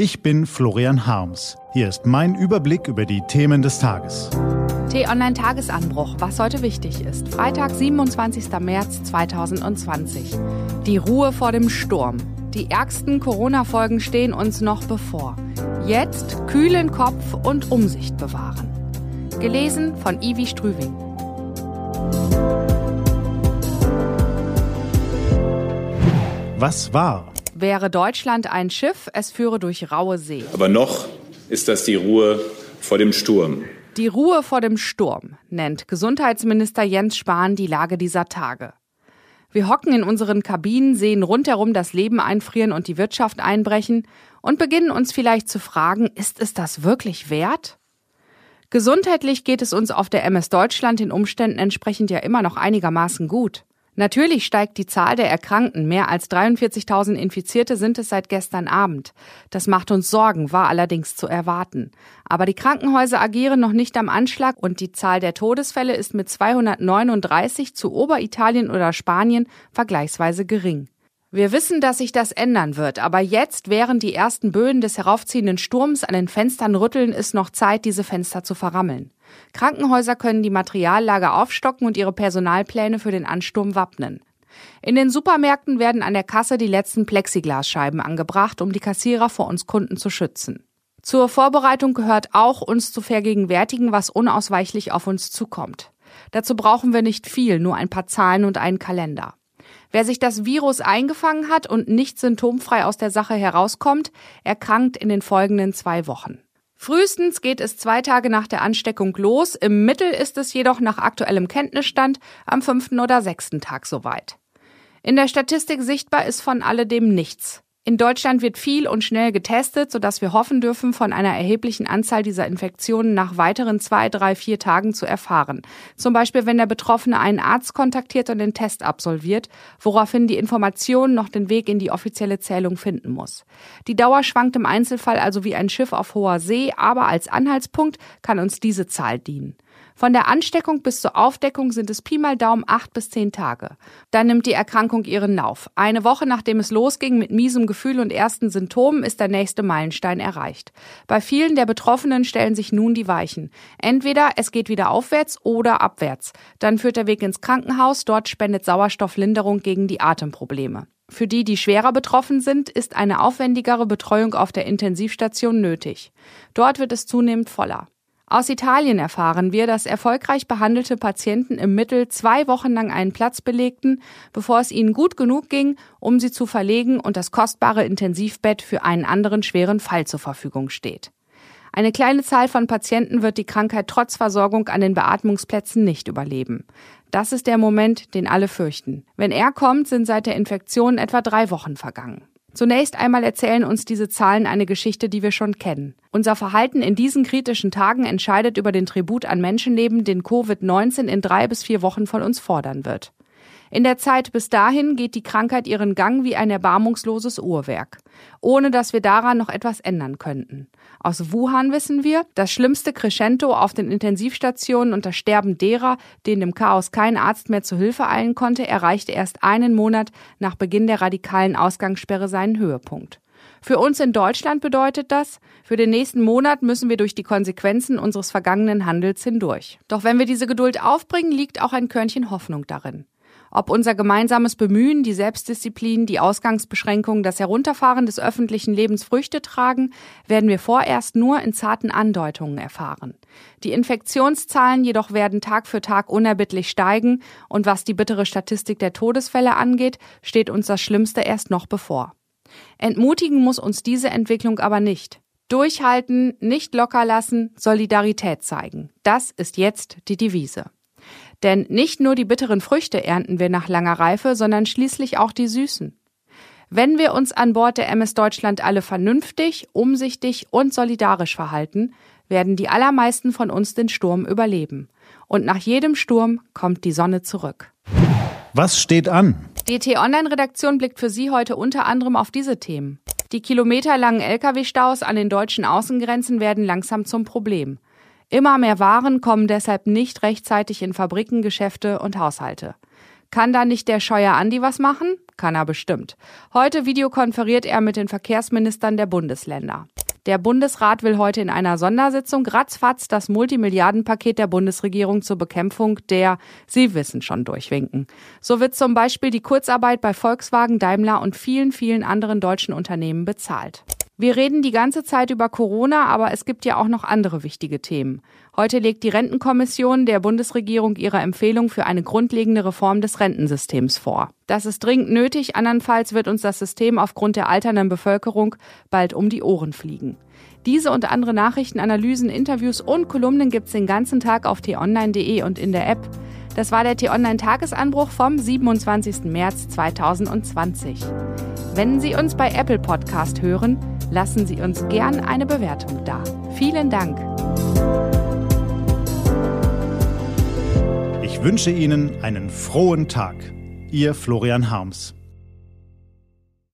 Ich bin Florian Harms. Hier ist mein Überblick über die Themen des Tages. T-Online-Tagesanbruch, was heute wichtig ist. Freitag, 27. März 2020. Die Ruhe vor dem Sturm. Die ärgsten Corona-Folgen stehen uns noch bevor. Jetzt kühlen Kopf und Umsicht bewahren. Gelesen von Ivi Strüving. Was war? Wäre Deutschland ein Schiff, es führe durch raue See. Aber noch ist das die Ruhe vor dem Sturm. Die Ruhe vor dem Sturm nennt Gesundheitsminister Jens Spahn die Lage dieser Tage. Wir hocken in unseren Kabinen, sehen rundherum das Leben einfrieren und die Wirtschaft einbrechen und beginnen uns vielleicht zu fragen, ist es das wirklich wert? Gesundheitlich geht es uns auf der MS Deutschland den Umständen entsprechend ja immer noch einigermaßen gut. Natürlich steigt die Zahl der Erkrankten. Mehr als 43.000 Infizierte sind es seit gestern Abend. Das macht uns Sorgen, war allerdings zu erwarten. Aber die Krankenhäuser agieren noch nicht am Anschlag und die Zahl der Todesfälle ist mit 239 zu Oberitalien oder Spanien vergleichsweise gering. Wir wissen, dass sich das ändern wird, aber jetzt, während die ersten Böen des heraufziehenden Sturms an den Fenstern rütteln, ist noch Zeit, diese Fenster zu verrammeln. Krankenhäuser können die Materiallager aufstocken und ihre Personalpläne für den Ansturm wappnen. In den Supermärkten werden an der Kasse die letzten Plexiglasscheiben angebracht, um die Kassierer vor uns Kunden zu schützen. Zur Vorbereitung gehört auch, uns zu vergegenwärtigen, was unausweichlich auf uns zukommt. Dazu brauchen wir nicht viel, nur ein paar Zahlen und einen Kalender. Wer sich das Virus eingefangen hat und nicht symptomfrei aus der Sache herauskommt, erkrankt in den folgenden 2 Wochen. Frühestens geht es 2 Tage nach der Ansteckung los, im Mittel ist es jedoch nach aktuellem Kenntnisstand am 5. oder 6. Tag soweit. In der Statistik sichtbar ist von alledem nichts. In Deutschland wird viel und schnell getestet, sodass wir hoffen dürfen, von einer erheblichen Anzahl dieser Infektionen nach weiteren 2, 3, 4 Tagen zu erfahren. Zum Beispiel, wenn der Betroffene einen Arzt kontaktiert und den Test absolviert, woraufhin die Information noch den Weg in die offizielle Zählung finden muss. Die Dauer schwankt im Einzelfall also wie ein Schiff auf hoher See, aber als Anhaltspunkt kann uns diese Zahl dienen. Von der Ansteckung bis zur Aufdeckung sind es Pi mal Daumen 8 bis 10 Tage. Dann nimmt die Erkrankung ihren Lauf. Eine Woche nachdem es losging mit miesem Gefühl und ersten Symptomen ist der nächste Meilenstein erreicht. Bei vielen der Betroffenen stellen sich nun die Weichen. Entweder es geht wieder aufwärts oder abwärts. Dann führt der Weg ins Krankenhaus, dort spendet Sauerstofflinderung gegen die Atemprobleme. Für die, die schwerer betroffen sind, ist eine aufwendigere Betreuung auf der Intensivstation nötig. Dort wird es zunehmend voller. Aus Italien erfahren wir, dass erfolgreich behandelte Patienten im Mittel 2 Wochen lang einen Platz belegten, bevor es ihnen gut genug ging, um sie zu verlegen und das kostbare Intensivbett für einen anderen schweren Fall zur Verfügung steht. Eine kleine Zahl von Patienten wird die Krankheit trotz Versorgung an den Beatmungsplätzen nicht überleben. Das ist der Moment, den alle fürchten. Wenn er kommt, sind seit der Infektion etwa 3 Wochen vergangen. Zunächst einmal erzählen uns diese Zahlen eine Geschichte, die wir schon kennen. Unser Verhalten in diesen kritischen Tagen entscheidet über den Tribut an Menschenleben, den Covid-19 in 3 bis 4 Wochen von uns fordern wird. In der Zeit bis dahin geht die Krankheit ihren Gang wie ein erbarmungsloses Uhrwerk, ohne dass wir daran noch etwas ändern könnten. Aus Wuhan wissen wir, das schlimmste Crescendo auf den Intensivstationen und das Sterben derer, denen im Chaos kein Arzt mehr zu Hilfe eilen konnte, erreichte erst einen Monat nach Beginn der radikalen Ausgangssperre seinen Höhepunkt. Für uns in Deutschland bedeutet das, für den nächsten Monat müssen wir durch die Konsequenzen unseres vergangenen Handels hindurch. Doch wenn wir diese Geduld aufbringen, liegt auch ein Körnchen Hoffnung darin. Ob unser gemeinsames Bemühen, die Selbstdisziplin, die Ausgangsbeschränkungen, das Herunterfahren des öffentlichen Lebens Früchte tragen, werden wir vorerst nur in zarten Andeutungen erfahren. Die Infektionszahlen jedoch werden Tag für Tag unerbittlich steigen und was die bittere Statistik der Todesfälle angeht, steht uns das Schlimmste erst noch bevor. Entmutigen muss uns diese Entwicklung aber nicht. Durchhalten, nicht locker lassen, Solidarität zeigen. Das ist jetzt die Devise. Denn nicht nur die bitteren Früchte ernten wir nach langer Reife, sondern schließlich auch die süßen. Wenn wir uns an Bord der MS Deutschland alle vernünftig, umsichtig und solidarisch verhalten, werden die allermeisten von uns den Sturm überleben. Und nach jedem Sturm kommt die Sonne zurück. Was steht an? Die T-Online-Redaktion blickt für Sie heute unter anderem auf diese Themen. Die kilometerlangen Lkw-Staus an den deutschen Außengrenzen werden langsam zum Problem. Immer mehr Waren kommen deshalb nicht rechtzeitig in Fabriken, Geschäfte und Haushalte. Kann da nicht der Scheuer Andi was machen? Kann er bestimmt. Heute videokonferiert er mit den Verkehrsministern der Bundesländer. Der Bundesrat will heute in einer Sondersitzung ratzfatz das Multimilliardenpaket der Bundesregierung zur Bekämpfung der, Sie wissen schon, durchwinken. So wird zum Beispiel die Kurzarbeit bei Volkswagen, Daimler und vielen, vielen anderen deutschen Unternehmen bezahlt. Wir reden die ganze Zeit über Corona, aber es gibt ja auch noch andere wichtige Themen. Heute legt die Rentenkommission der Bundesregierung ihre Empfehlung für eine grundlegende Reform des Rentensystems vor. Das ist dringend nötig, andernfalls wird uns das System aufgrund der alternden Bevölkerung bald um die Ohren fliegen. Diese und andere Nachrichten, Analysen, Interviews und Kolumnen gibt's den ganzen Tag auf t-online.de und in der App. Das war der T-Online-Tagesanbruch vom 27. März 2020. Wenn Sie uns bei Apple Podcast hören, lassen Sie uns gern eine Bewertung da. Vielen Dank. Ich wünsche Ihnen einen frohen Tag. Ihr Florian Harms.